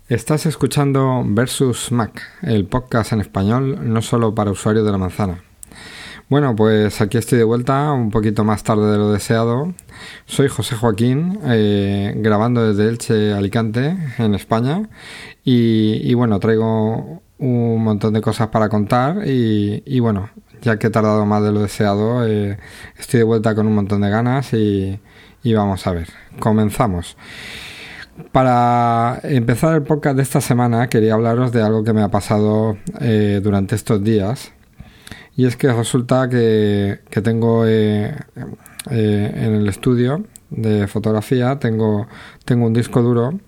Estás escuchando Versus Mac, el podcast en español no solo para usuarios de la manzana. Bueno, pues aquí estoy de vuelta, un poquito más tarde de lo deseado. Soy José Joaquín, grabando desde Elche, Alicante, en España. Y bueno, traigo un montón de cosas para contar y bueno, ya que he tardado más de lo deseado, estoy de vuelta con un montón de ganas y vamos a ver, comenzamos. Para empezar el podcast de esta semana quería hablaros de algo que me ha pasado durante estos días, y es que resulta que tengo en el estudio de fotografía tengo un disco duro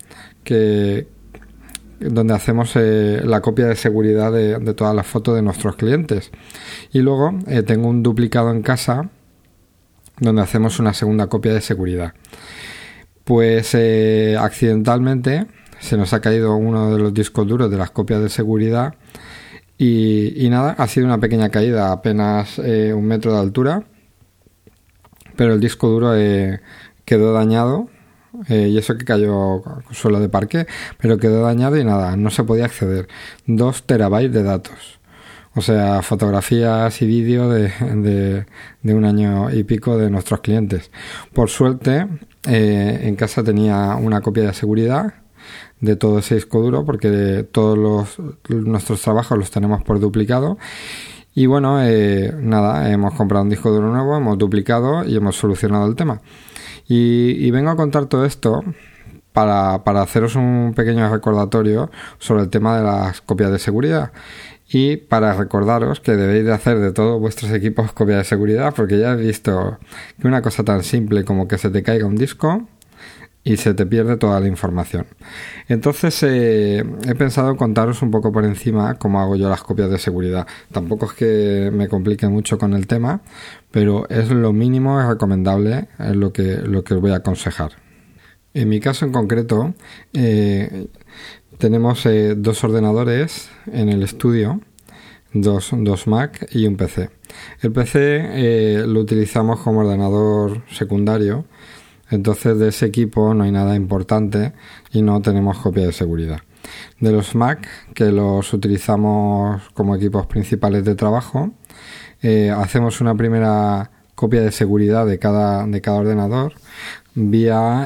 donde hacemos la copia de seguridad de todas las fotos de nuestros clientes, y luego tengo un duplicado en casa donde hacemos una segunda copia de seguridad. Pues accidentalmente se nos ha caído uno de los discos duros de las copias de seguridad y nada, ha sido una pequeña caída, apenas 1 metro de altura, pero el disco duro quedó dañado, y eso que cayó suelo de parque, pero quedó dañado y nada, no se podía acceder. 2 terabytes de datos, o sea, fotografías y vídeo de 1 año y pico de nuestros clientes. Por suerte, en casa tenía una copia de seguridad de todo ese disco duro, porque todos nuestros trabajos los tenemos por duplicado. Y bueno, nada, hemos comprado un disco duro nuevo, hemos duplicado y hemos solucionado el tema. Y vengo a contar todo esto para haceros un pequeño recordatorio sobre el tema de las copias de seguridad. Y para recordaros que debéis de hacer de todos vuestros equipos copia de seguridad, porque ya he visto que una cosa tan simple como que se te caiga un disco y se te pierde toda la información. Entonces he pensado contaros un poco por encima cómo hago yo las copias de seguridad. Tampoco es que me complique mucho con el tema, pero es lo mínimo recomendable, es lo que os voy a aconsejar. En mi caso en concreto, tenemos 2 ordenadores en el estudio, dos Mac y un PC. El PC lo utilizamos como ordenador secundario, entonces de ese equipo no hay nada importante y no tenemos copia de seguridad. De los Mac, que los utilizamos como equipos principales de trabajo, hacemos una primera copia de seguridad de cada ordenador vía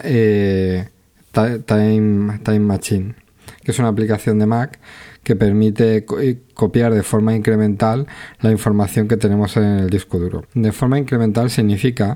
Time Machine, que es una aplicación de Mac que permite copiar de forma incremental la información que tenemos en el disco duro. De forma incremental significa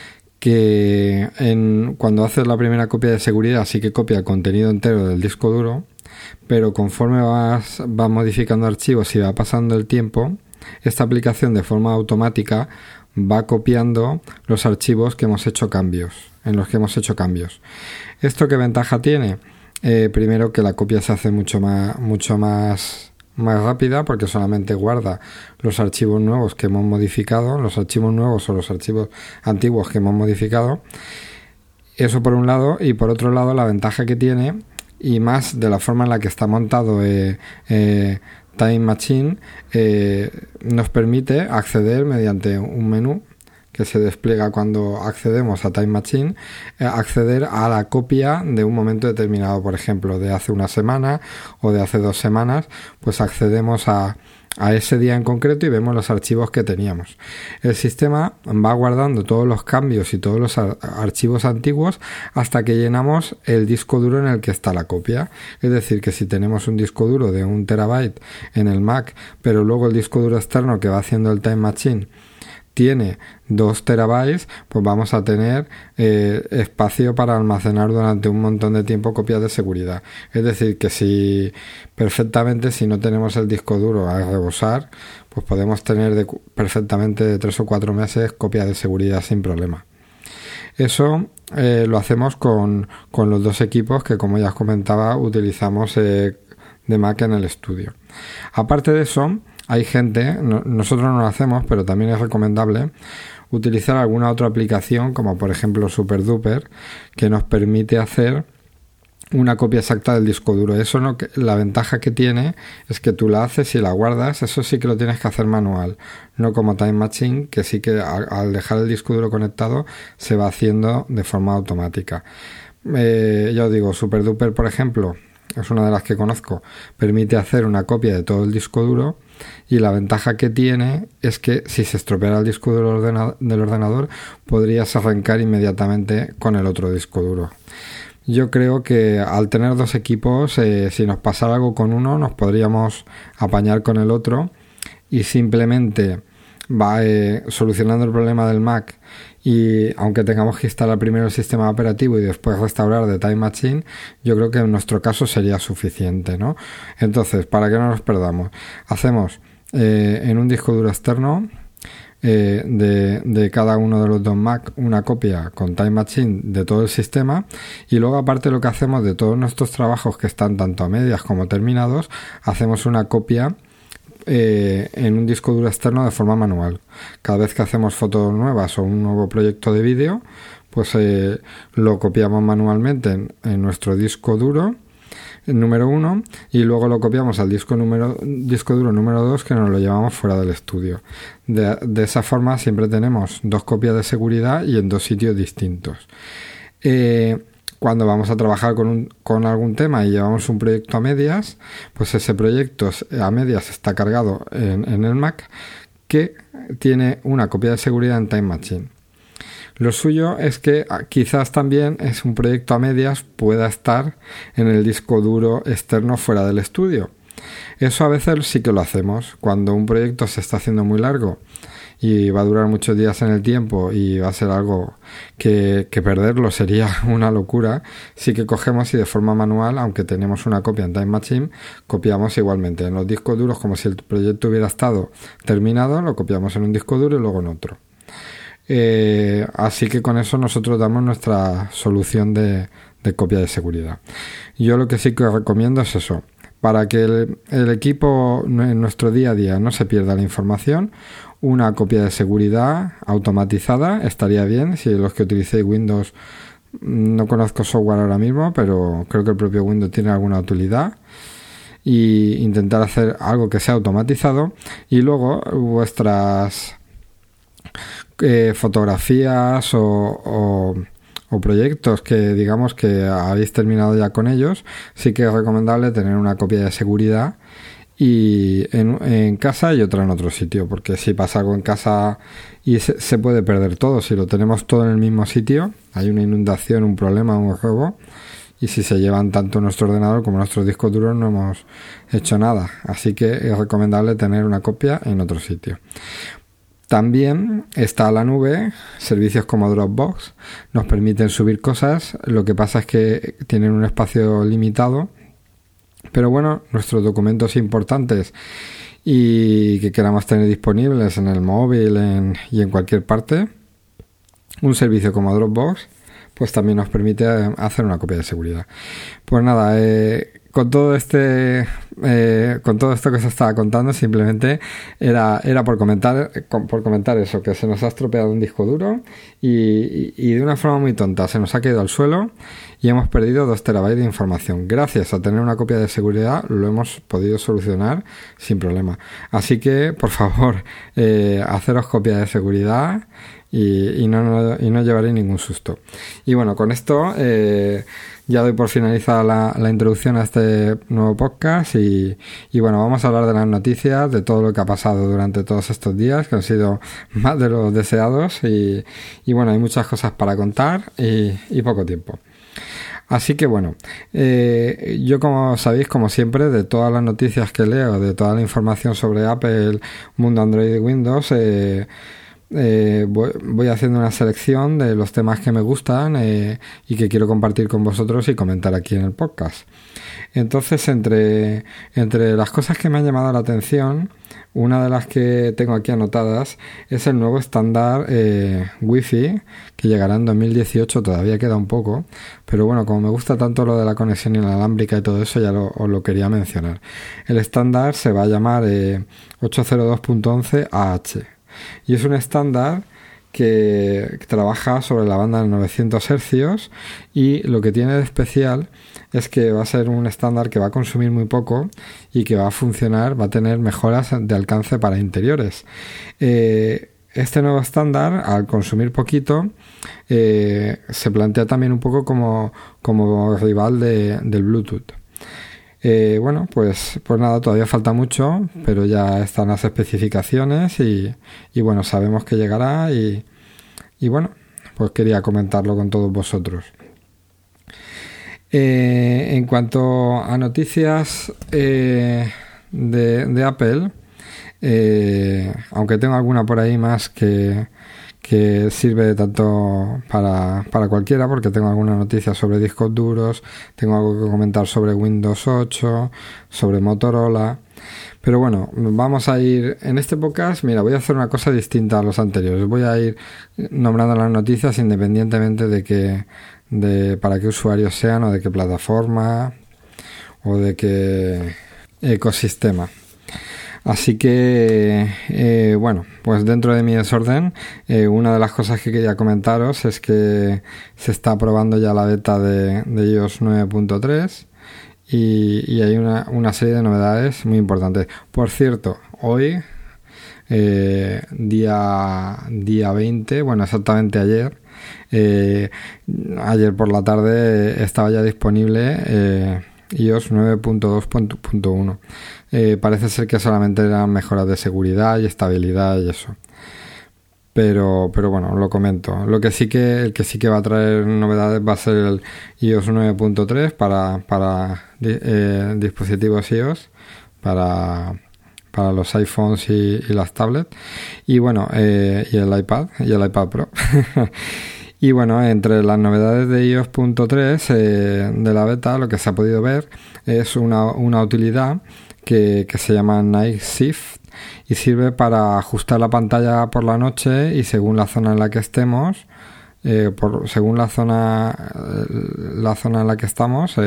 que cuando haces la primera copia de seguridad sí que copia el contenido entero del disco duro, pero conforme vas modificando archivos y va pasando el tiempo, esta aplicación de forma automática va copiando los archivos en los que hemos hecho cambios. ¿Esto qué ventaja tiene? Primero, que la copia se hace mucho más rápida, porque solamente guarda los archivos nuevos que hemos modificado, los archivos nuevos o los archivos antiguos que hemos modificado. Eso por un lado, y por otro lado la ventaja que tiene, y más de la forma en la que está montado Time Machine, nos permite acceder mediante un menú que se despliega cuando accedemos a Time Machine, acceder a la copia de un momento determinado, por ejemplo, de hace 1 semana o de hace 2 semanas, pues accedemos a ese día en concreto y vemos los archivos que teníamos. El sistema va guardando todos los cambios y todos los archivos antiguos hasta que llenamos el disco duro en el que está la copia. Es decir, que si tenemos un disco duro de 1 terabyte en el Mac, pero luego el disco duro externo que va haciendo el Time Machine tiene 2 terabytes, pues vamos a tener espacio para almacenar durante un montón de tiempo copias de seguridad. Es decir, que si no tenemos el disco duro a rebosar, pues podemos tener perfectamente de 3 o 4 meses copias de seguridad sin problema. Eso lo hacemos con los 2 equipos que, como ya os comentaba, utilizamos de Mac en el estudio. Aparte de eso, hay gente, nosotros no lo hacemos, pero también es recomendable utilizar alguna otra aplicación, como por ejemplo SuperDuper, que nos permite hacer una copia exacta del disco duro. Eso no, la ventaja que tiene es que tú la haces y la guardas. Eso sí que lo tienes que hacer manual, no como Time Machine, que sí que al dejar el disco duro conectado se va haciendo de forma automática. Ya os digo, SuperDuper, por ejemplo, es una de las que conozco, permite hacer una copia de todo el disco duro, y la ventaja que tiene es que si se estropeara el disco duro del ordenador, podrías arrancar inmediatamente con el otro disco duro. Yo creo que al tener dos equipos, si nos pasara algo con uno, nos podríamos apañar con el otro y simplemente va solucionando el problema del Mac, y aunque tengamos que instalar primero el sistema operativo y después restaurar de Time Machine, yo creo que en nuestro caso sería suficiente, ¿no? Entonces, para que no nos perdamos, hacemos en un disco duro externo de cada uno de los dos Mac una copia con Time Machine de todo el sistema, y luego aparte lo que hacemos de todos nuestros trabajos que están tanto a medias como terminados, hacemos una copia en un disco duro externo de forma manual. Cada vez que hacemos fotos nuevas o un nuevo proyecto de vídeo, pues lo copiamos manualmente en nuestro disco duro número 1, y luego lo copiamos al disco duro número 2, que nos lo llevamos fuera del estudio. De esa forma siempre tenemos dos copias de seguridad y en dos sitios distintos. Cuando vamos a trabajar con algún tema y llevamos un proyecto a medias, pues ese proyecto a medias está cargado en el Mac, que tiene una copia de seguridad en Time Machine. Lo suyo es que quizás también es un proyecto a medias pueda estar en el disco duro externo fuera del estudio. Eso a veces sí que lo hacemos. Cuando un proyecto se está haciendo muy largo y va a durar muchos días en el tiempo y va a ser algo que perderlo sería una locura, sí que cogemos y de forma manual, aunque tenemos una copia en Time Machine, copiamos igualmente en los discos duros, como si el proyecto hubiera estado terminado, lo copiamos en un disco duro y luego en otro. Así que con eso nosotros damos nuestra solución de copia de seguridad. Yo lo que sí que recomiendo es eso, para que el equipo en nuestro día a día no se pierda la información, una copia de seguridad automatizada estaría bien. Si los que utilicéis Windows, no conozco software ahora mismo, pero creo que el propio Windows tiene alguna utilidad, y intentar hacer algo que sea automatizado, y luego vuestras fotografías o proyectos que digamos que habéis terminado ya con ellos, sí que es recomendable tener una copia de seguridad y en casa y otra en otro sitio, porque si pasa algo en casa y se puede perder todo. Si lo tenemos todo en el mismo sitio, hay una inundación, un problema, un robo, y si se llevan tanto nuestro ordenador como nuestros discos duros, no hemos hecho nada. Así que es recomendable tener una copia en otro sitio. También está la nube. Servicios como Dropbox nos permiten subir cosas. Lo que pasa es que tienen un espacio limitado, pero bueno, nuestros documentos importantes y que queramos tener disponibles en el móvil y en cualquier parte, un servicio como Dropbox pues también nos permite hacer una copia de seguridad. Pues nada, con todo esto que se estaba contando, simplemente era por comentar eso, que se nos ha estropeado un disco duro y de una forma muy tonta se nos ha caído al suelo y hemos perdido 2 terabytes de información. Gracias a tener una copia de seguridad lo hemos podido solucionar sin problema. Así que, por favor, haceros copia de seguridad y no llevaréis ningún susto. Y bueno, con esto ya doy por finalizada la introducción a este nuevo podcast y bueno, vamos a hablar de las noticias, de todo lo que ha pasado durante todos estos días, que han sido más de los deseados y bueno, hay muchas cosas para contar y poco tiempo. Así que bueno, yo como sabéis, como siempre, de todas las noticias que leo, de toda la información sobre Apple, mundo Android y Windows, voy haciendo una selección de los temas que me gustan y que quiero compartir con vosotros y comentar aquí en el podcast. Entonces, entre las cosas que me han llamado la atención, una de las que tengo aquí anotadas es el nuevo estándar Wi-Fi que llegará en 2018, todavía queda un poco, pero bueno, como me gusta tanto lo de la conexión inalámbrica y todo eso, ya os lo quería mencionar. El estándar se va a llamar 802.11 AH. Y es un estándar que trabaja sobre la banda de 900 Hz y lo que tiene de especial es que va a ser un estándar que va a consumir muy poco y que va a funcionar, va a tener mejoras de alcance para interiores. Este nuevo estándar, al consumir poquito, se plantea también un poco como rival del Bluetooth. Bueno, pues nada, todavía falta mucho, pero ya están las especificaciones y bueno, sabemos que llegará y bueno, pues quería comentarlo con todos vosotros. En cuanto a noticias de Apple, aunque tengo alguna por ahí más que sirve tanto para cualquiera, porque tengo algunas noticias sobre discos duros, tengo algo que comentar sobre Windows 8, sobre Motorola, pero bueno, vamos a ir en este podcast. Mira, voy a hacer una cosa distinta a los anteriores, voy a ir nombrando las noticias independientemente de para qué usuarios sean o de qué plataforma o de qué ecosistema. Así que, bueno, pues dentro de mi desorden, una de las cosas que quería comentaros es que se está probando ya la beta de iOS 9.3 y hay una serie de novedades muy importantes. Por cierto, hoy, día 20, bueno, exactamente ayer por la tarde estaba ya disponible iOS 9.2.1. Parece ser que solamente eran mejoras de seguridad y estabilidad y eso, pero bueno, lo comento. El que sí que va a traer novedades va a ser el iOS 9.3 para dispositivos iOS, para los iPhones y las tablets, y bueno, y el iPad Pro. Y bueno, entre las novedades de iOS.3 de la beta, lo que se ha podido ver es una utilidad que se llama Night Shift y sirve para ajustar la pantalla por la noche y según la zona en la que estemos, según la zona en la que estamos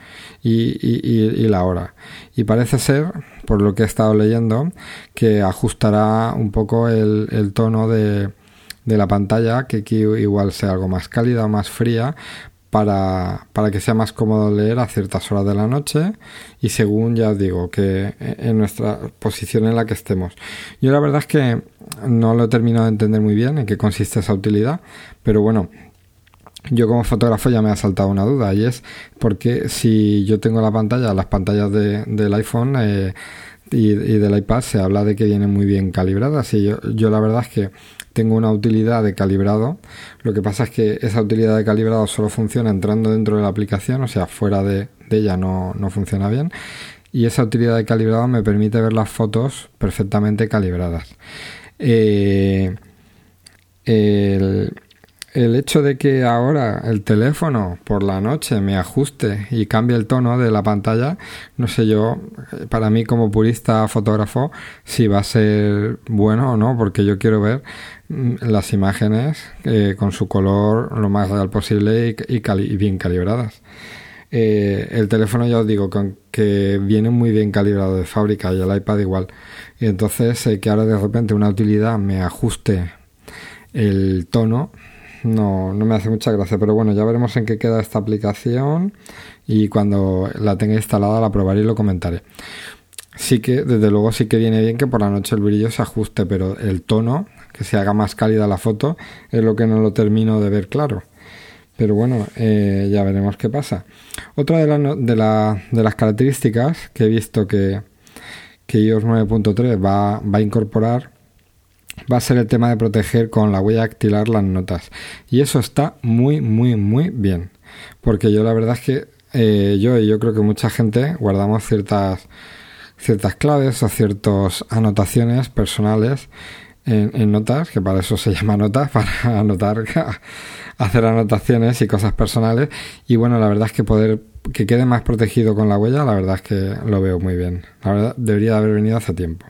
y la hora. Y parece ser, por lo que he estado leyendo, que ajustará un poco el tono de la pantalla, que aquí igual sea algo más cálida o más fría, para que sea más cómodo leer a ciertas horas de la noche y según, ya os digo, que en nuestra posición en la que estemos. Yo la verdad es que no lo he terminado de entender muy bien en qué consiste esa utilidad, pero bueno, yo como fotógrafo ya me ha saltado una duda, y es porque si yo tengo las pantallas del iPhone y del iPad, se habla de que vienen muy bien calibradas, y yo la verdad es que tengo una utilidad de calibrado. Lo que pasa es que esa utilidad de calibrado solo funciona entrando dentro de la aplicación, o sea, fuera de ella no funciona bien, y esa utilidad de calibrado me permite ver las fotos perfectamente calibradas. El hecho de que ahora el teléfono por la noche me ajuste y cambie el tono de la pantalla, no sé yo, para mí como purista fotógrafo, si va a ser bueno o no, porque yo quiero ver las imágenes con su color lo más real posible y bien calibradas. El teléfono, ya os digo, que viene muy bien calibrado de fábrica, y el iPad igual. Y entonces que ahora de repente una utilidad me ajuste el tono, no me hace mucha gracia, pero bueno, ya veremos en qué queda esta aplicación y cuando la tenga instalada la probaré y lo comentaré. Sí que, desde luego, sí que viene bien que por la noche el brillo se ajuste, pero el tono, que se haga más cálida la foto, es lo que no lo termino de ver claro. Pero bueno, ya veremos qué pasa. Otra de las características que he visto que iOS 9.3 va a incorporar va a ser el tema de proteger con la huella dactilar las notas, y eso está muy muy muy bien, porque yo la verdad es que yo creo que mucha gente guardamos ciertas claves o ciertas anotaciones personales en notas, que para eso se llama notas, para anotar, hacer anotaciones y cosas personales, y bueno, la verdad es que quede más protegido con la huella, la verdad es que lo veo muy bien. La verdad, debería haber venido hace tiempo.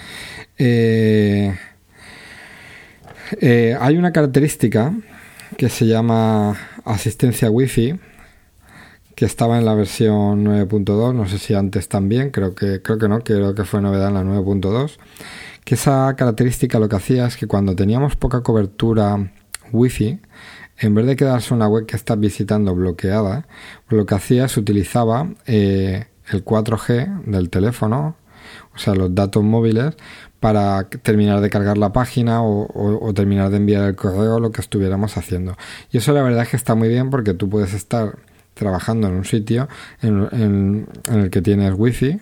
Hay una característica que se llama asistencia Wi-Fi, que estaba en la versión 9.2, no sé si antes también, creo que no, creo que fue novedad en la 9.2, que esa característica lo que hacía es que cuando teníamos poca cobertura Wi-Fi, en vez de quedarse una web que estás visitando bloqueada, lo que hacía es utilizaba el 4G del teléfono, o sea, los datos móviles, para terminar de cargar la página o terminar de enviar el correo, lo que estuviéramos haciendo. Y eso la verdad es que está muy bien, porque tú puedes estar trabajando en un sitio en el que tienes wifi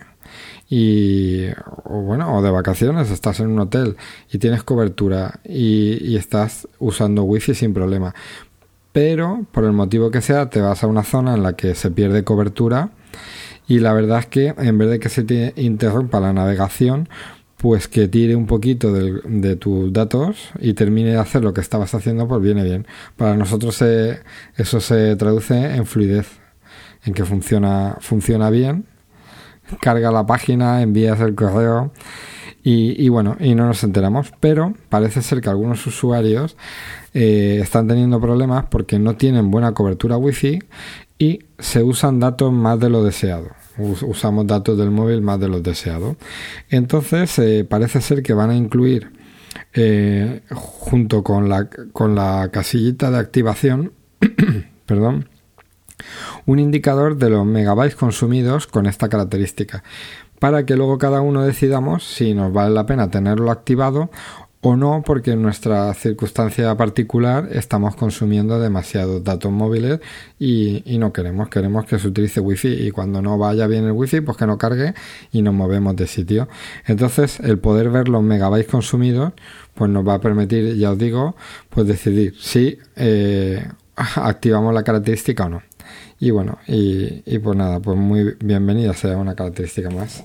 o de vacaciones, estás en un hotel y tienes cobertura y estás usando wifi sin problema. Pero por el motivo que sea te vas a una zona en la que se pierde cobertura y la verdad es que en vez de que se te interrumpa la navegación, pues que tire un poquito de tus datos y termine de hacer lo que estabas haciendo, pues viene bien. Para nosotros eso se traduce en fluidez, en que funciona bien, carga la página, envías el correo y no nos enteramos. Pero parece ser que algunos usuarios están teniendo problemas porque no tienen buena cobertura wifi y se usan datos más de lo deseado. Usamos datos del móvil más de lo deseado. Entonces parece ser que van a incluir junto con la casillita de activación perdón, un indicador de los megabytes consumidos con esta característica, para que luego cada uno decidamos si nos vale la pena tenerlo activado o no, porque en nuestra circunstancia particular estamos consumiendo demasiados datos móviles y no queremos que se utilice wifi, y cuando no vaya bien el wifi pues que no cargue y nos movemos de sitio. Entonces el poder ver los megabytes consumidos pues nos va a permitir, ya os digo, pues decidir si activamos la característica o no. Y bueno, y pues nada, pues muy bienvenida sea una característica más.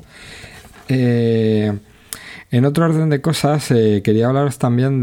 En otro orden de cosas, quería hablaros también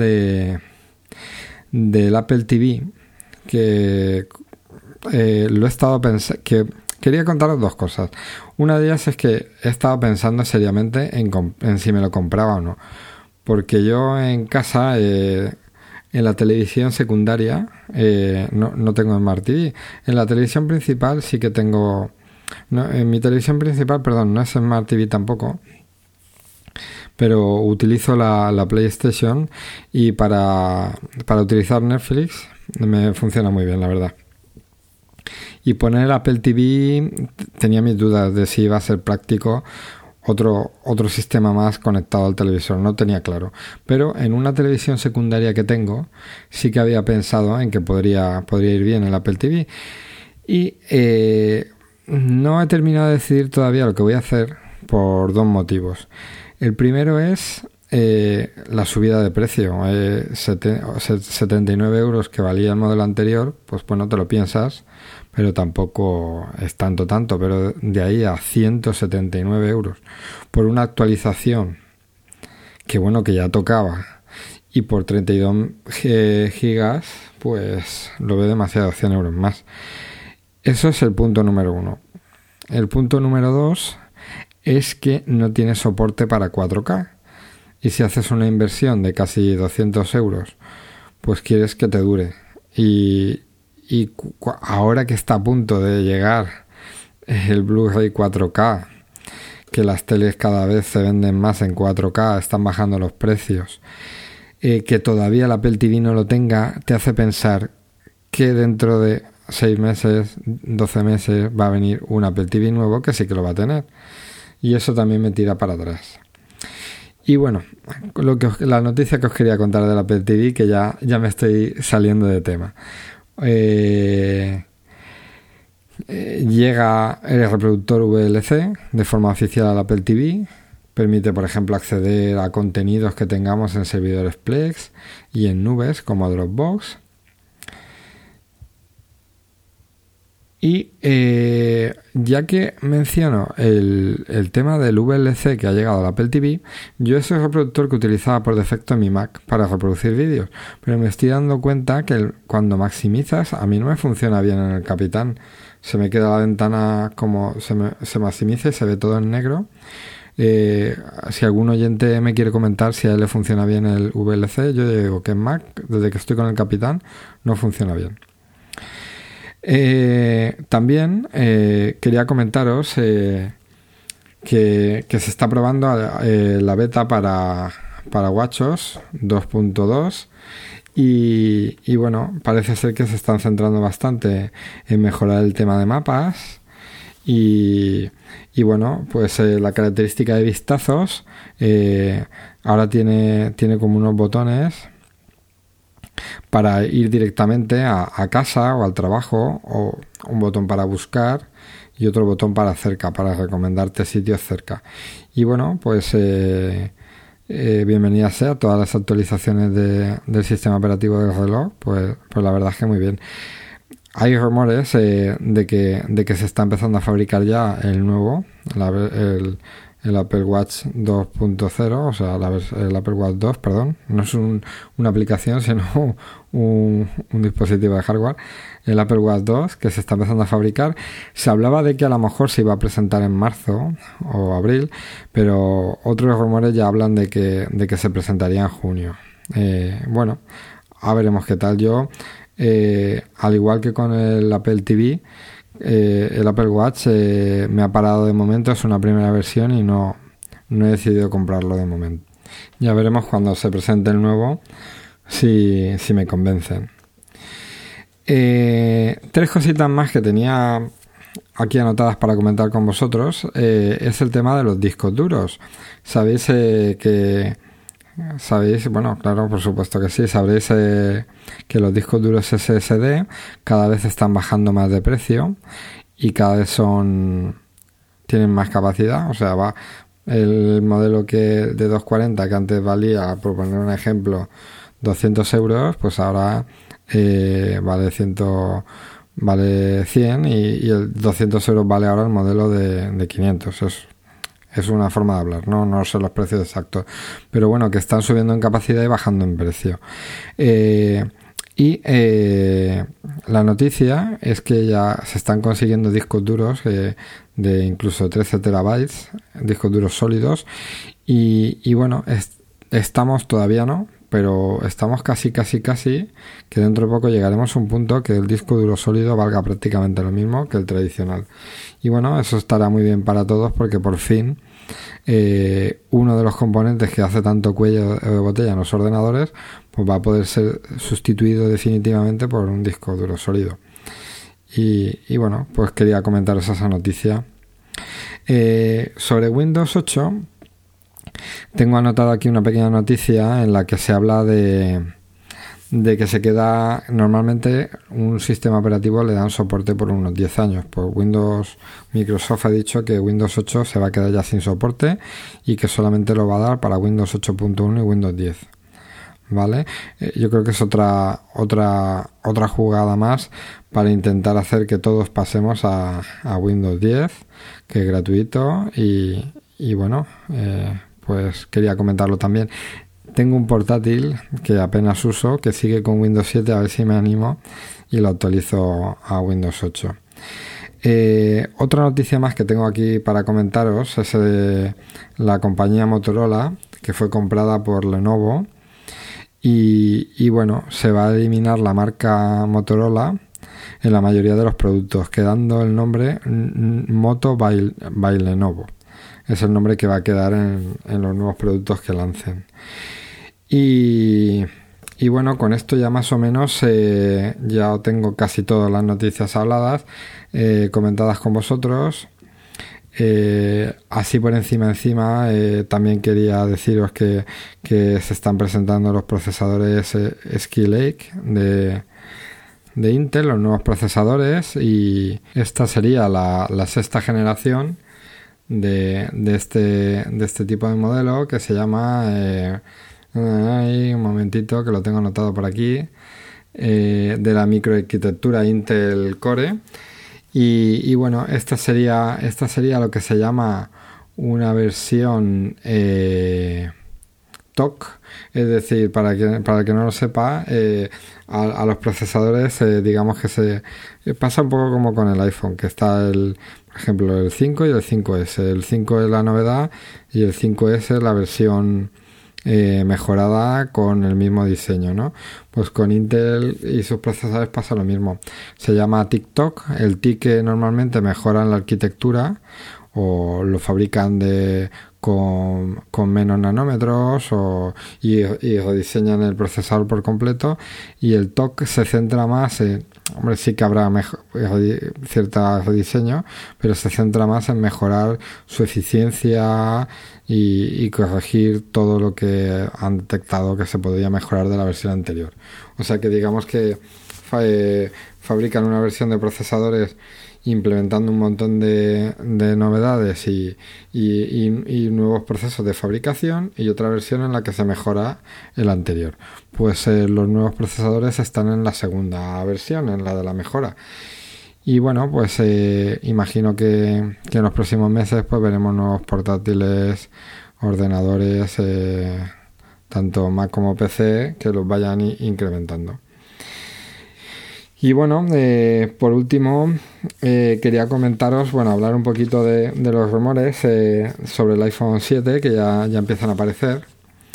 del Apple TV, que lo he estado pensando, que quería contaros dos cosas. Una de ellas es que he estado pensando seriamente en si me lo compraba o no, porque yo en casa, en la televisión secundaria, no tengo Smart TV. En la televisión principal sí que tengo... No, en mi televisión principal, perdón, no es Smart TV tampoco, pero utilizo la PlayStation y para utilizar Netflix me funciona muy bien, la verdad. Y poner el Apple TV tenía mis dudas de si iba a ser práctico otro sistema más conectado al televisor, no tenía claro. Pero en una televisión secundaria que tengo sí que había pensado en que podría ir bien el Apple TV. Y no he terminado de decidir todavía lo que voy a hacer por dos motivos. El primero es la subida de precio. 79 euros que valía el modelo anterior, pues no te lo piensas, pero tampoco es tanto, pero de ahí a 179 euros por una actualización que ya tocaba, y por 32 gigas, pues lo veo demasiado, 100 euros más. Eso es el punto número uno. El punto número dos es que no tiene soporte para 4K. Y si haces una inversión de casi 200 euros, pues quieres que te dure. Y ahora que está a punto de llegar el Blu-ray 4K, que las teles cada vez se venden más en 4K, están bajando los precios, que todavía el Apple TV no lo tenga, te hace pensar que dentro de 6 meses, 12 meses va a venir un Apple TV nuevo que sí que lo va a tener. Y eso también me tira para atrás. Y bueno, la noticia que os quería contar del Apple TV, que ya me estoy saliendo de tema. Llega el reproductor VLC de forma oficial al Apple TV. Permite, por ejemplo, acceder a contenidos que tengamos en servidores Plex y en nubes como Dropbox. Y ya que menciono el tema del VLC que ha llegado al Apple TV, yo es el reproductor que utilizaba por defecto en mi Mac para reproducir vídeos, pero me estoy dando cuenta que cuando maximizas, a mí no me funciona bien en el Capitán. Se me queda la ventana como se maximiza y se ve todo en negro. Si algún oyente me quiere comentar si a él le funciona bien el VLC, yo digo que en Mac, desde que estoy con el Capitán, no funciona bien. También quería comentaros que se está probando la beta para WatchOS 2.2 y bueno, parece ser que se están centrando bastante en mejorar el tema de mapas y bueno, pues la característica de vistazos ahora tiene como unos botones para ir directamente a casa o al trabajo, o un botón para buscar y otro botón para cerca, para recomendarte sitios cerca. Y bueno, pues bienvenidas sea todas las actualizaciones del sistema operativo del reloj, pues la verdad es que muy bien. Hay rumores de que se está empezando a fabricar ya el nuevo, el Apple Watch 2.0, o sea, el Apple Watch 2, perdón. No es una aplicación, sino un dispositivo de hardware. El Apple Watch 2, que se está empezando a fabricar. Se hablaba de que a lo mejor se iba a presentar en marzo o abril, pero otros rumores ya hablan de que se presentaría en junio. Bueno, a veremos qué tal. Yo, al igual que con el Apple TV, el Apple Watch me ha parado de momento, es una primera versión y no he decidido comprarlo de momento. Ya veremos cuando se presente el nuevo si me convencen. 3 cositas más que tenía aquí anotadas para comentar con vosotros. Es el tema de los discos duros. Sabéis bueno, claro, por supuesto que sí, sabréis que los discos duros SSD cada vez están bajando más de precio y cada vez tienen más capacidad. O sea, va el modelo de 240 que antes valía, por poner un ejemplo, 200 euros, pues ahora vale 100 y el 200 euros vale ahora el modelo de 500. Es una forma de hablar, no sé los precios exactos, pero bueno, que están subiendo en capacidad y bajando en precio. La noticia es que ya se están consiguiendo discos duros de incluso 13 terabytes, discos duros sólidos, y bueno, estamos todavía no, pero estamos casi, que dentro de poco llegaremos a un punto que el disco duro sólido valga prácticamente lo mismo que el tradicional. Y bueno, eso estará muy bien para todos porque por fin uno de los componentes que hace tanto cuello de botella en los ordenadores pues va a poder ser sustituido definitivamente por un disco duro sólido. Y bueno, pues quería comentaros esa noticia. Sobre Windows 8 tengo anotado aquí una pequeña noticia en la que se habla de que se queda, normalmente un sistema operativo le dan soporte por unos 10 años. Por Microsoft ha dicho que Windows 8 se va a quedar ya sin soporte y que solamente lo va a dar para Windows 8.1 y Windows 10. ¿Vale? Yo creo que es otra jugada más para intentar hacer que todos pasemos a Windows 10, que es gratuito y bueno, pues quería comentarlo también. Tengo un portátil que apenas uso, que sigue con Windows 7, a ver si me animo y lo actualizo a Windows 8. Otra noticia más que tengo aquí para comentaros es de la compañía Motorola, que fue comprada por Lenovo y bueno, se va a eliminar la marca Motorola en la mayoría de los productos, quedando el nombre Moto by Lenovo. Es el nombre que va a quedar en los nuevos productos que lancen. Y bueno, con esto ya más o menos ya tengo casi todas las noticias habladas, comentadas con vosotros. Así por encima también quería deciros que se están presentando los procesadores Skylake de Intel, los nuevos procesadores, y esta sería la 6ª generación de este tipo de modelo, que se llama un momentito que lo tengo anotado por aquí, de la microarquitectura Intel Core. Y bueno, esta sería lo que se llama una versión TOC, es decir, para el que no lo sepa, a los procesadores digamos que se pasa un poco como con el iPhone, que está por ejemplo el 5 y el 5S. El 5 es la novedad y el 5S es la versión mejorada con el mismo diseño, ¿no? Pues con Intel y sus procesadores pasa lo mismo. Se llama TIC-TOC. El TIC normalmente mejora la arquitectura o lo fabrican con menos nanómetros y rediseñan el procesador por completo, y el TOC se centra más hombre, sí que habrá cierto diseño, pero se centra más en mejorar su eficiencia y corregir todo lo que han detectado que se podría mejorar de la versión anterior. O sea que digamos que fabrican una versión de procesadores implementando un montón de novedades y nuevos procesos de fabricación, y otra versión en la que se mejora el anterior. Pues los nuevos procesadores están en la segunda versión, en la de la mejora. Y bueno, pues imagino que en los próximos meses pues veremos nuevos portátiles, ordenadores, tanto Mac como PC, que los vayan incrementando. Y bueno, por último, quería comentaros, hablar un poquito de los rumores sobre el iPhone 7, que ya empiezan a aparecer.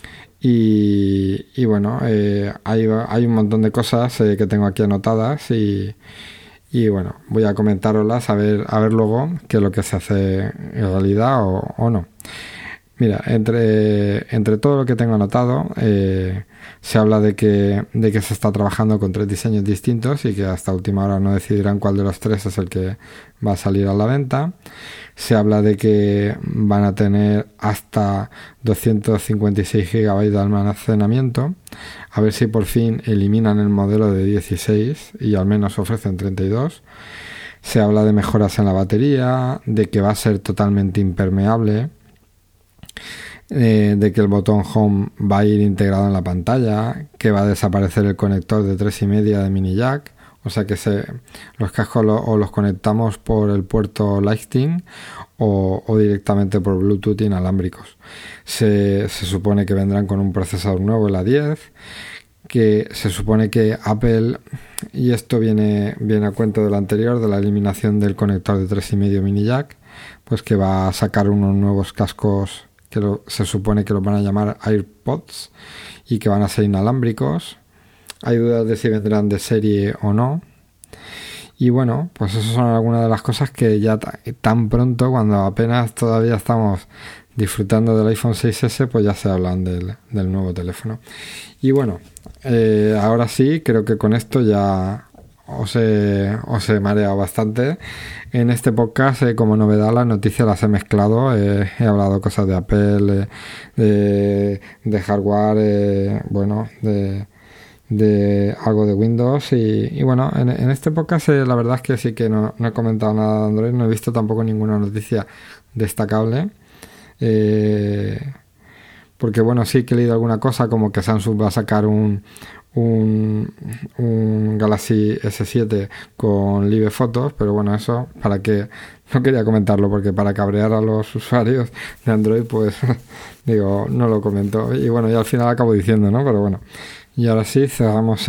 Y bueno, hay un montón de cosas que tengo aquí anotadas y bueno, voy a comentároslas a ver luego qué es lo que se hace en realidad o no. Mira, entre todo lo que tengo anotado, se habla de que se está trabajando con 3 diseños distintos y que hasta última hora no decidirán cuál de los 3 es el que va a salir a la venta. Se habla de que van a tener hasta 256 GB de almacenamiento. A ver si por fin eliminan el modelo de 16 y al menos ofrecen 32. Se habla de mejoras en la batería, de que va a ser totalmente impermeable, de que el botón Home va a ir integrado en la pantalla, que va a desaparecer el conector de 3,5 de mini jack, o sea que los cascos los conectamos por el puerto Lightning o directamente por Bluetooth inalámbricos. Se supone que vendrán con un procesador nuevo, el A10, que se supone que Apple, y esto viene a cuento de lo anterior, de la eliminación del conector de 3,5 mini jack, pues que va a sacar unos nuevos cascos que se supone que los van a llamar AirPods y que van a ser inalámbricos. Hay dudas de si vendrán de serie o no. Y bueno, pues esas son algunas de las cosas que ya tan pronto, cuando apenas todavía estamos disfrutando del iPhone 6S, pues ya se hablan del nuevo teléfono. Y bueno, ahora sí, creo que con esto ya os he mareado bastante. En este podcast, como novedad, las noticias las he mezclado. He hablado cosas de Apple, de hardware, de algo de Windows y bueno, en este podcast la verdad es que sí que no he comentado nada de Android, no he visto tampoco ninguna noticia destacable, porque bueno, sí que he leído alguna cosa como que Samsung va a sacar un Galaxy S7 con Live Photos, pero bueno, eso para que no quería comentarlo, porque para cabrear a los usuarios de Android, pues digo, no lo comento, y bueno, y al final acabo diciendo, ¿no? Pero bueno, y ahora sí cerramos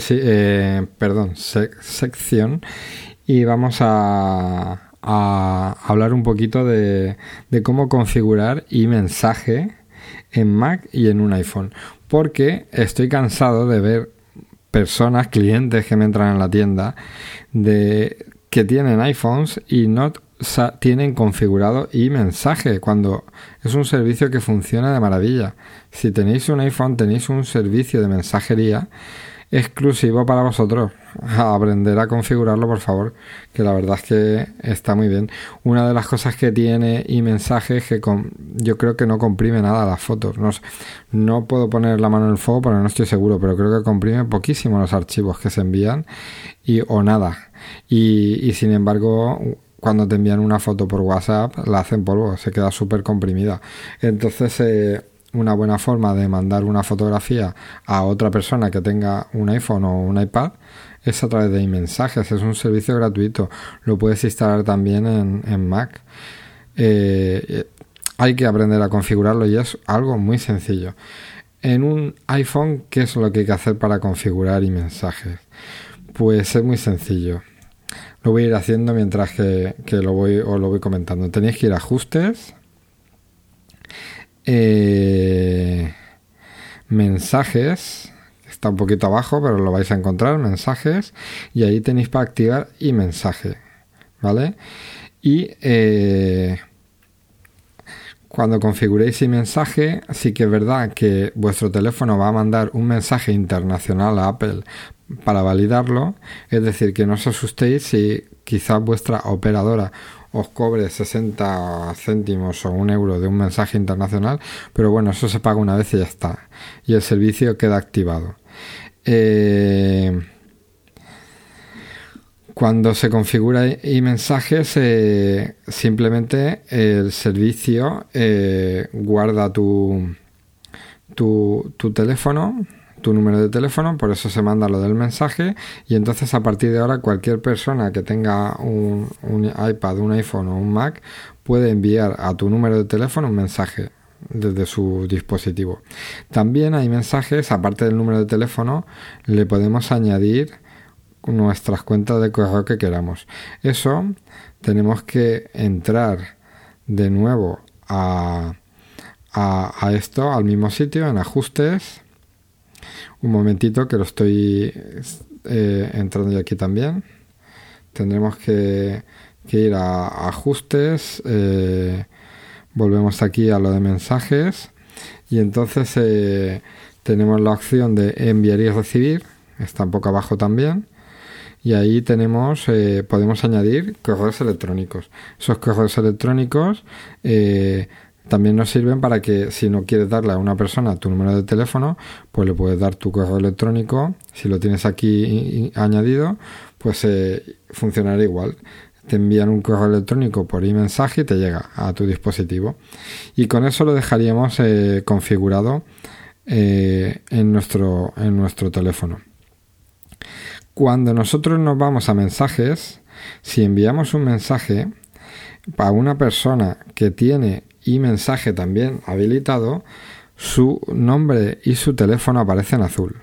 sección y vamos a hablar un poquito de cómo configurar iMensaje en Mac y en un iPhone, porque estoy cansado de ver personas, clientes que me entran en la tienda que tienen iPhones y no tienen configurado iMensaje, cuando es un servicio que funciona de maravilla. Si tenéis un iPhone, tenéis un servicio de mensajería exclusivo para vosotros. A aprender a configurarlo, por favor, que la verdad es que está muy bien. Una de las cosas que tiene iMensaje es que yo creo que no comprime nada las fotos. No puedo poner la mano en el fuego, pero no estoy seguro, pero creo que comprime poquísimo los archivos que se envían o nada. Y sin embargo, cuando te envían una foto por WhatsApp, la hacen polvo, se queda súper comprimida. Entonces, una buena forma de mandar una fotografía a otra persona que tenga un iPhone o un iPad es a través de iMensajes. Es un servicio gratuito, lo puedes instalar también en Mac. Hay que aprender a configurarlo y es algo muy sencillo. En un iPhone, ¿qué es lo que hay que hacer para configurar iMensajes? Pues es muy sencillo. Lo voy a ir haciendo mientras que lo voy comentando. Tenéis que ir a ajustes, mensajes, está un poquito abajo, pero lo vais a encontrar, mensajes, y ahí tenéis para activar iMensaje, ¿vale? Y Cuando configuréis iMensaje, sí que es verdad que vuestro teléfono va a mandar un mensaje internacional a Apple para validarlo, es decir, que no os asustéis si quizás vuestra operadora os cobre 60 céntimos o €1 de un mensaje internacional, pero bueno, eso se paga una vez y ya está, y el servicio queda activado. Cuando se configura iMensajes, simplemente el servicio guarda tu teléfono, tu número de teléfono, por eso se manda lo del mensaje, y entonces a partir de ahora cualquier persona que tenga un iPad, un iPhone o un Mac puede enviar a tu número de teléfono un mensaje desde su dispositivo. También hay mensajes, aparte del número de teléfono, le podemos añadir nuestras cuentas de correo que queramos. Eso tenemos que entrar de nuevo a esto, al mismo sitio, en ajustes. Un momentito que lo estoy entrando yo aquí también. Tendremos que ir a ajustes, volvemos aquí a lo de mensajes y entonces tenemos la opción de enviar y recibir, está un poco abajo también. Y ahí podemos añadir correos electrónicos. Esos correos electrónicos también nos sirven para que si no quieres darle a una persona tu número de teléfono, pues le puedes dar tu correo electrónico. Si lo tienes aquí añadido, pues funcionará igual. Te envían un correo electrónico por iMensaje y te llega a tu dispositivo. Y con eso lo dejaríamos configurado en nuestro teléfono. Cuando nosotros nos vamos a mensajes, si enviamos un mensaje a una persona que tiene iMensaje también habilitado, su nombre y su teléfono aparecen en azul.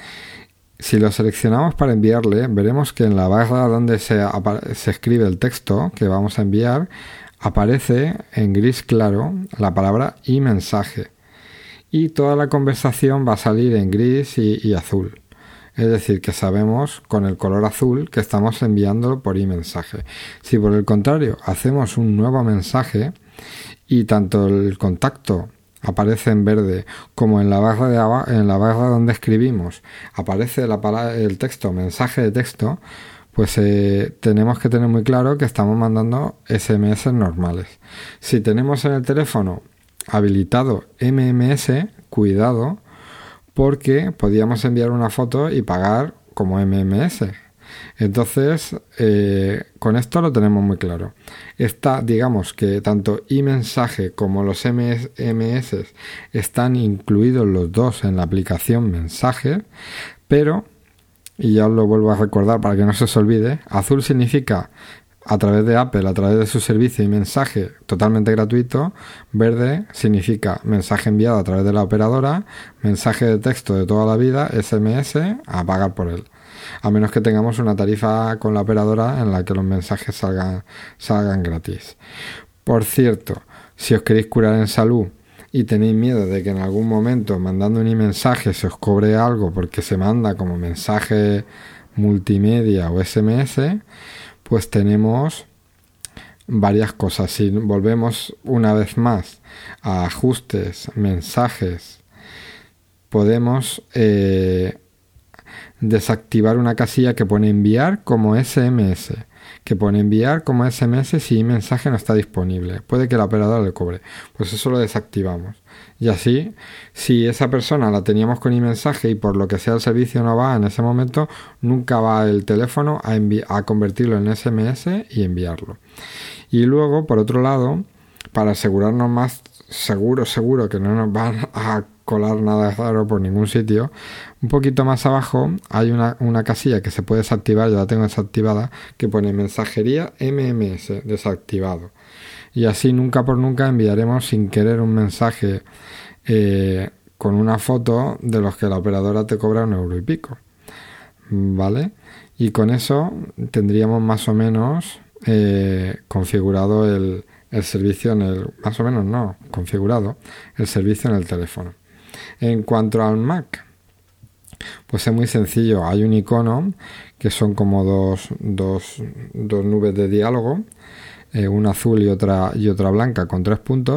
Si lo seleccionamos para enviarle, veremos que en la barra donde se escribe el texto que vamos a enviar, aparece en gris claro la palabra iMensaje. Y toda la conversación va a salir en gris y azul. Es decir, que sabemos con el color azul que estamos enviándolo por iMensaje. Si por el contrario hacemos un nuevo mensaje y tanto el contacto aparece en verde como en la barra donde escribimos aparece el texto, mensaje de texto, pues tenemos que tener muy claro que estamos mandando SMS normales. Si tenemos en el teléfono habilitado MMS, cuidado, porque podíamos enviar una foto y pagar como MMS. Entonces, con esto lo tenemos muy claro. Digamos que tanto iMensaje como los MMS están incluidos los dos en la aplicación Mensaje, pero, y ya os lo vuelvo a recordar para que no se os olvide, azul significa a través de Apple, a través de su servicio iMensaje totalmente gratuito. Verde significa mensaje enviado a través de la operadora, mensaje de texto de toda la vida, SMS, a pagar por él. A menos que tengamos una tarifa con la operadora en la que los mensajes salgan gratis. Por cierto, si os queréis curar en salud y tenéis miedo de que en algún momento mandando un iMensaje se os cobre algo porque se manda como mensaje multimedia o SMS, pues tenemos varias cosas. Si volvemos una vez más a ajustes, mensajes, podemos desactivar una casilla que pone enviar como SMS, si iMensaje no está disponible. Puede que la operadora le cobre. Pues eso lo desactivamos. Y así, si esa persona la teníamos con iMensaje y por lo que sea el servicio no va en ese momento, nunca va el teléfono a convertirlo en SMS y enviarlo. Y luego, por otro lado, para asegurarnos más seguro que no nos van a colar nada raro por ningún sitio, un poquito más abajo hay una casilla que se puede desactivar, yo la tengo desactivada, que pone mensajería MMS desactivado. Y así nunca por nunca enviaremos sin querer un mensaje con una foto de los que la operadora te cobra €1 y pico, ¿vale? Y con eso tendríamos más o menos configurado el servicio configurado el servicio en el teléfono. En cuanto al Mac, pues es muy sencillo. Hay un icono que son como dos nubes de diálogo, una azul y otra blanca con 3 puntos.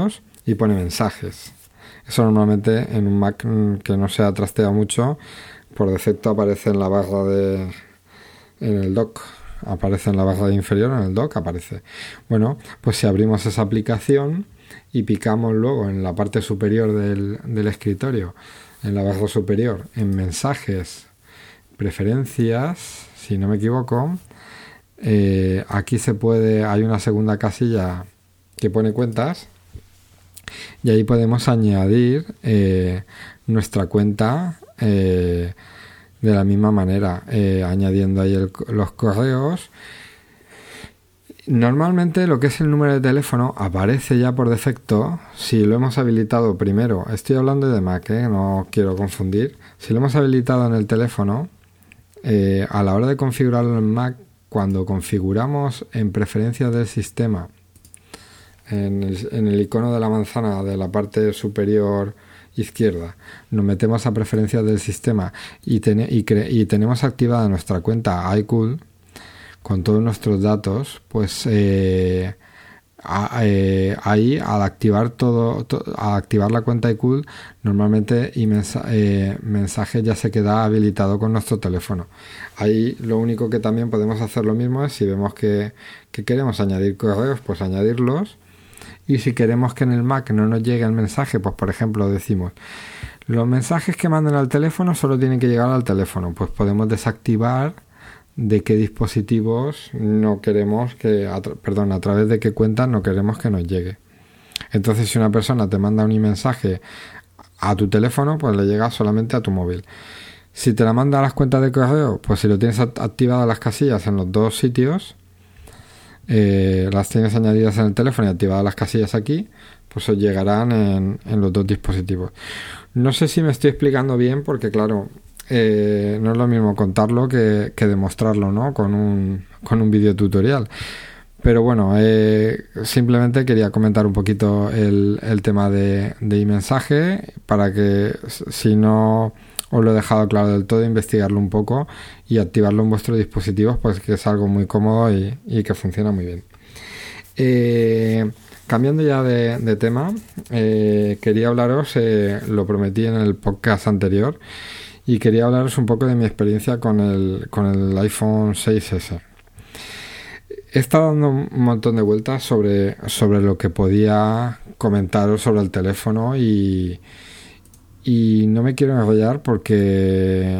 y pone mensajes. Eso normalmente en un Mac que no se ha trasteado mucho, por defecto aparece en la barra en el dock. Aparece en la barra de inferior, en el dock aparece. Bueno, pues si abrimos esa aplicación y picamos luego en la parte superior del escritorio, en la barra superior, en mensajes, preferencias, si no me equivoco, aquí hay una segunda casilla que pone cuentas y ahí podemos añadir nuestra cuenta de la misma manera, añadiendo ahí los correos. Normalmente lo que es el número de teléfono aparece ya por defecto si lo hemos habilitado primero. Estoy hablando de Mac, no quiero confundir. Si lo hemos habilitado en el teléfono, a la hora de configurarlo en Mac, cuando configuramos en preferencias del sistema, en el icono de la manzana de la parte superior izquierda, nos metemos a preferencias del sistema y tenemos activada nuestra cuenta iCloud con todos nuestros datos, pues ahí al activar al activar la cuenta iCloud, normalmente mensaje ya se queda habilitado con nuestro teléfono. Ahí lo único que también podemos hacer lo mismo es si vemos que queremos añadir correos, pues añadirlos. Y si queremos que en el Mac no nos llegue el mensaje, pues por ejemplo decimos, los mensajes que manden al teléfono solo tienen que llegar al teléfono. Pues podemos desactivar de qué dispositivos no queremos a través de qué cuentas no queremos que nos llegue. Entonces si una persona te manda un mensaje a tu teléfono, pues le llega solamente a tu móvil. Si te la manda a las cuentas de correo, pues si lo tienes activadas las casillas en los dos sitios, las tienes añadidas en el teléfono y activadas las casillas aquí, pues os llegarán en los dos dispositivos. No sé si me estoy explicando bien porque claro, no es lo mismo contarlo que demostrarlo, ¿no? Con un video tutorial. Pero bueno, simplemente quería comentar un poquito el tema de e-mensaje para que si no os lo he dejado claro del todo, investigarlo un poco y activarlo en vuestros dispositivos, pues que es algo muy cómodo y que funciona muy bien. Cambiando ya de tema, quería hablaros, lo prometí en el podcast anterior, y quería hablaros un poco de mi experiencia con el iPhone 6S. He estado dando un montón de vueltas sobre lo que podía comentaros sobre el teléfono y no me quiero enrollar porque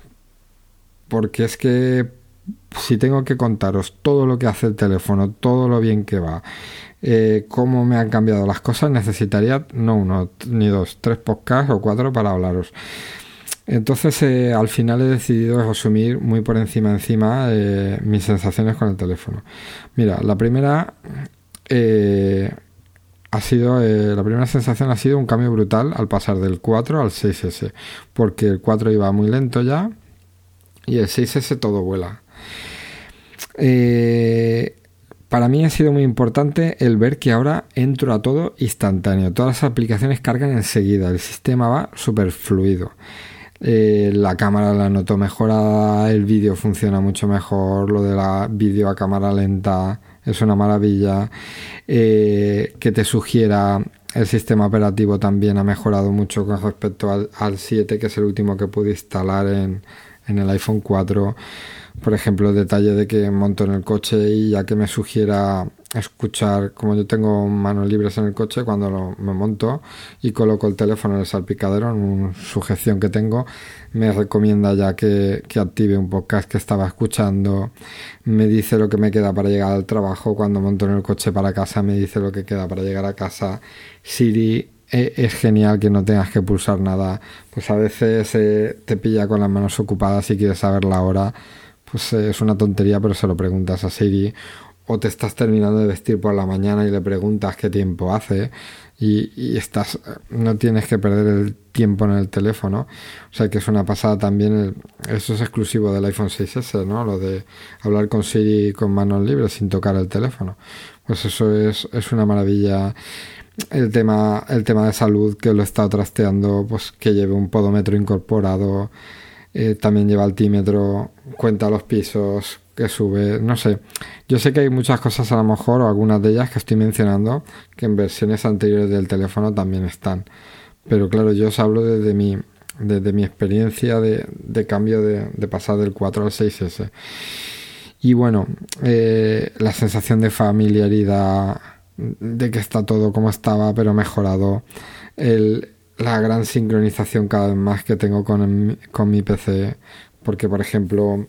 es que si tengo que contaros todo lo que hace el teléfono, todo lo bien que va, cómo me han cambiado las cosas, necesitaría no uno ni dos, 3 podcasts o 4 para hablaros. Entonces al final he decidido resumir muy por encima mis sensaciones con el teléfono. Mira, la primera sensación ha sido un cambio brutal al pasar del 4 al 6S, porque el 4 iba muy lento ya y el 6S todo vuela. Para mí ha sido muy importante el ver que ahora entro a todo instantáneo, todas las aplicaciones cargan enseguida, el sistema va súper fluido. La cámara la noto mejorada, el vídeo funciona mucho mejor, lo de la vídeo a cámara lenta es una maravilla, que te sugiera el sistema operativo también ha mejorado mucho con respecto al 7, que es el último que pude instalar en el iPhone 4. Por ejemplo, el detalle de que monto en el coche y ya que me sugiera escuchar, como yo tengo manos libres en el coche, cuando me monto y coloco el teléfono en el salpicadero, en una sujeción que tengo, me recomienda ya que active un podcast que estaba escuchando, me dice lo que me queda para llegar al trabajo, cuando monto en el coche para casa me dice lo que queda para llegar a casa. Siri es genial que no tengas que pulsar nada, pues a veces te pilla con las manos ocupadas y quieres saber la hora, pues es una tontería, pero se lo preguntas a Siri, o te estás terminando de vestir por la mañana y le preguntas qué tiempo hace y no tienes que perder el tiempo en el teléfono. O sea que es una pasada también, eso es exclusivo del iPhone 6S, ¿no? Lo de hablar con Siri con manos libres sin tocar el teléfono. Pues eso es una maravilla. El tema de salud, que lo he estado trasteando, pues que lleve un podómetro incorporado, también lleva altímetro, cuenta los pisos, que sube, no sé. Yo sé que hay muchas cosas a lo mejor, o algunas de ellas que estoy mencionando, que en versiones anteriores del teléfono también están. Pero claro, yo os hablo desde mi experiencia de cambio de pasar del 4 al 6S. Y bueno, la sensación de familiaridad, de que está todo como estaba, pero mejorado. La gran sincronización cada vez más que tengo con mi PC. Porque, por ejemplo,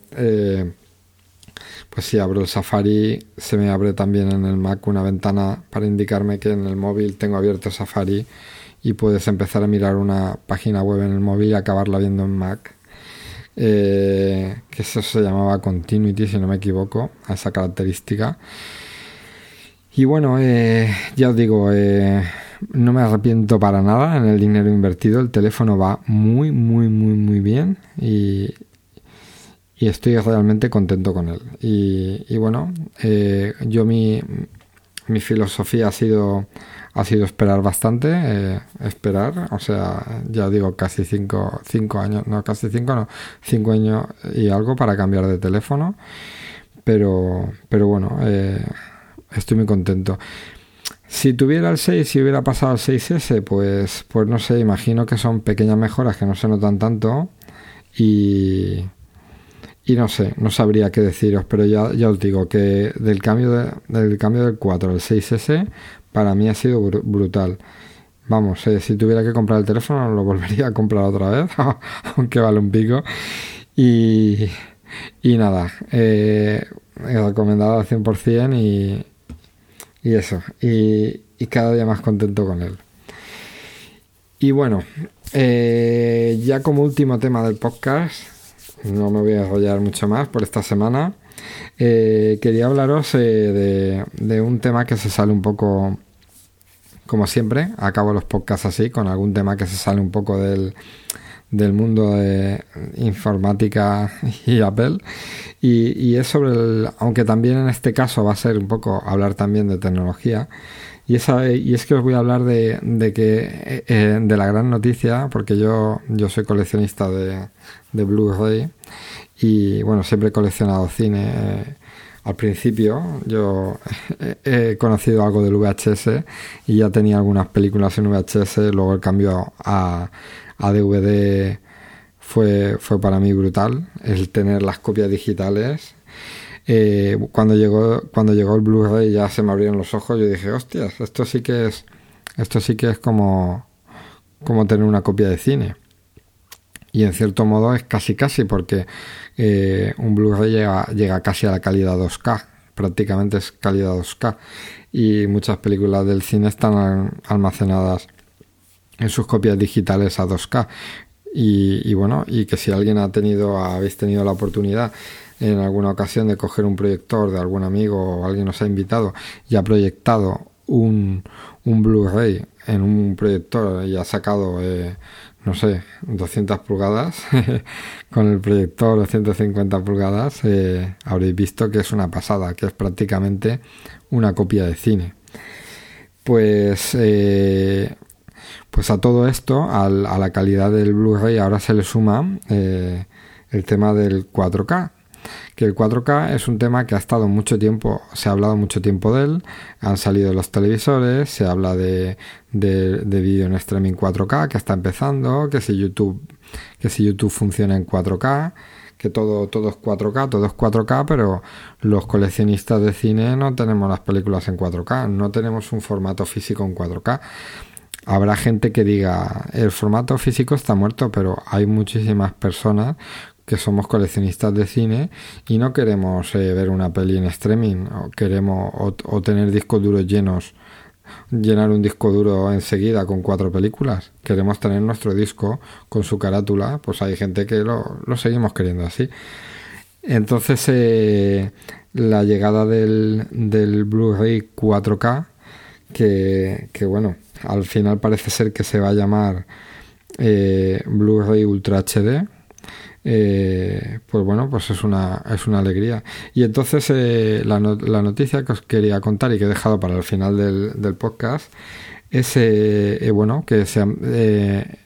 pues si abro el Safari, se me abre también en el Mac una ventana para indicarme que en el móvil tengo abierto Safari y puedes empezar a mirar una página web en el móvil y acabarla viendo en Mac. Que eso se llamaba Continuity, si no me equivoco, a esa característica. Y bueno, ya os digo, no me arrepiento para nada en el dinero invertido. El teléfono va muy, muy, muy, muy bien y estoy realmente contento con él. Y bueno, yo mi filosofía ha sido esperar bastante, o sea, ya os digo, casi 5 años, no, casi 5 no, 5 años y algo para cambiar de teléfono, pero bueno, estoy muy contento. Si tuviera el 6, si hubiera pasado al 6S, pues no sé, imagino que son pequeñas mejoras que no se notan tanto y no sé, no sabría qué deciros, pero ya os digo que del cambio del 4 al 6S para mí ha sido brutal. Vamos, si tuviera que comprar el teléfono lo volvería a comprar otra vez, aunque vale un pico. Y nada, recomendado al 100% y eso, y cada día más contento con él. Y bueno, ya como último tema del podcast, no me voy a enrollar mucho más por esta semana. Quería hablaros de un tema que se sale un poco, como siempre, acabo los podcasts así, con algún tema que se sale un poco del mundo de informática y Apple. Y es sobre aunque también en este caso va a ser un poco hablar también de tecnología. Y es que os voy a hablar de la gran noticia, porque yo soy coleccionista de Blu-ray y bueno, siempre he coleccionado cine. Al principio yo he conocido algo del VHS y ya tenía algunas películas en VHS, luego el cambio a DVD fue para mí brutal, el tener las copias digitales. Cuando llegó el Blu-ray ya se me abrieron los ojos. Yo dije, hostias, esto sí que es como tener una copia de cine. Y en cierto modo es casi porque un Blu-ray llega casi a la calidad 2K, prácticamente es calidad 2K, y muchas películas del cine están almacenadas en sus copias digitales a 2K. Y bueno, y que si habéis tenido la oportunidad en alguna ocasión de coger un proyector de algún amigo o alguien os ha invitado y ha proyectado un Blu-ray en un proyector y ha sacado, no sé, 200 pulgadas con el proyector de 150 pulgadas, habréis visto que es una pasada, que es prácticamente una copia de cine. Pues a todo esto, a la calidad del Blu-ray, ahora se le suma el tema del 4K. Que el 4K es un tema que ha estado mucho tiempo, se ha hablado mucho tiempo de él, han salido los televisores, se habla de vídeo en streaming 4K que está empezando, que si YouTube funciona en 4K, que todo es 4K, pero los coleccionistas de cine no tenemos las películas en 4K, no tenemos un formato físico en 4K. Habrá gente que diga, el formato físico está muerto, pero hay muchísimas personas que somos coleccionistas de cine y no queremos ver una peli en streaming, o queremos o tener discos duros llenar un disco duro enseguida con 4 películas. Queremos tener nuestro disco con su carátula, pues hay gente que lo seguimos queriendo así. Entonces la llegada del Blu-ray 4K, que bueno, al final parece ser que se va a llamar Blu-ray Ultra HD. Pues bueno, pues es una alegría. Y entonces la noticia que os quería contar y que he dejado para el final del podcast es bueno, que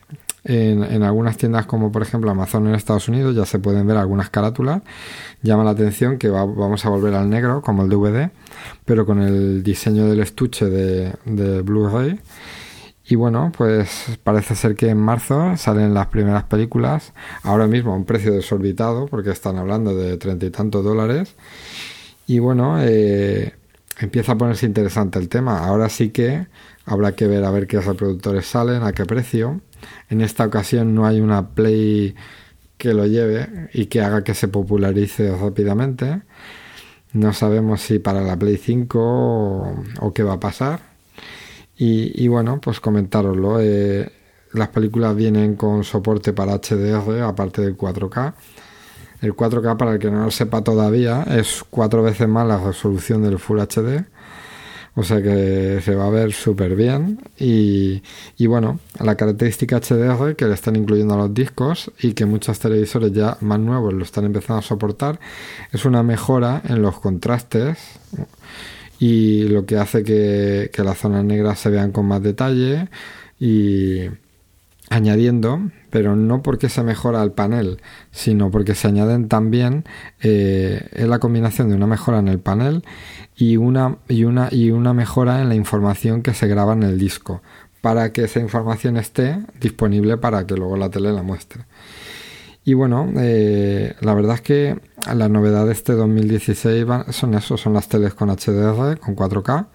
En algunas tiendas como por ejemplo Amazon en Estados Unidos ya se pueden ver algunas carátulas. Llama la atención que vamos a volver al negro como el DVD, pero con el diseño del estuche de Blu-ray. Y bueno, pues parece ser que en marzo salen las primeras películas, ahora mismo a un precio desorbitado, porque están hablando de $30 y tantos. Y bueno, empieza a ponerse interesante el tema. Ahora sí que habrá que ver a ver qué reproductores salen, a qué precio. En esta ocasión no hay una Play que lo lleve y que haga que se popularice rápidamente. No sabemos si para la Play 5 o qué va a pasar. Y bueno, pues comentároslo. Las películas vienen con soporte para HDR, aparte del 4K. El 4K, para el que no lo sepa todavía, es 4 veces más la resolución del Full HD. O sea que se va a ver súper bien. Y bueno, la característica HDR que le están incluyendo a los discos y que muchos televisores ya más nuevos lo están empezando a soportar, es una mejora en los contrastes, y lo que hace que las zonas negras se vean con más detalle, y añadiendo, pero no porque se mejora el panel, sino porque se añaden también, es la combinación de una mejora en el panel y una mejora en la información que se graba en el disco, para que esa información esté disponible para que luego la tele la muestre. Y bueno, la verdad es que la novedad de este 2016 son las teles con HDR, con 4K,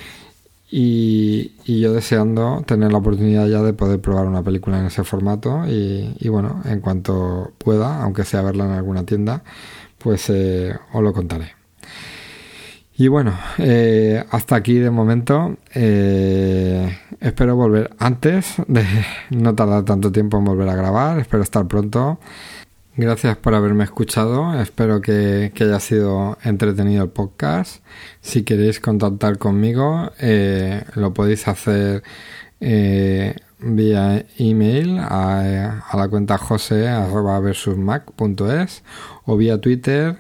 y yo deseando tener la oportunidad ya de poder probar una película en ese formato, y bueno, en cuanto pueda, aunque sea verla en alguna tienda, pues os lo contaré. Y bueno, hasta aquí de momento. Espero volver antes de no tardar tanto tiempo en volver a grabar. Espero estar pronto. Gracias por haberme escuchado. Espero que haya sido entretenido el podcast. Si queréis contactar conmigo, lo podéis hacer vía email a la cuenta jose@versusmac.es o vía Twitter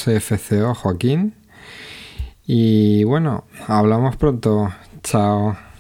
@josefco Joaquín. Y bueno, hablamos pronto. Chao.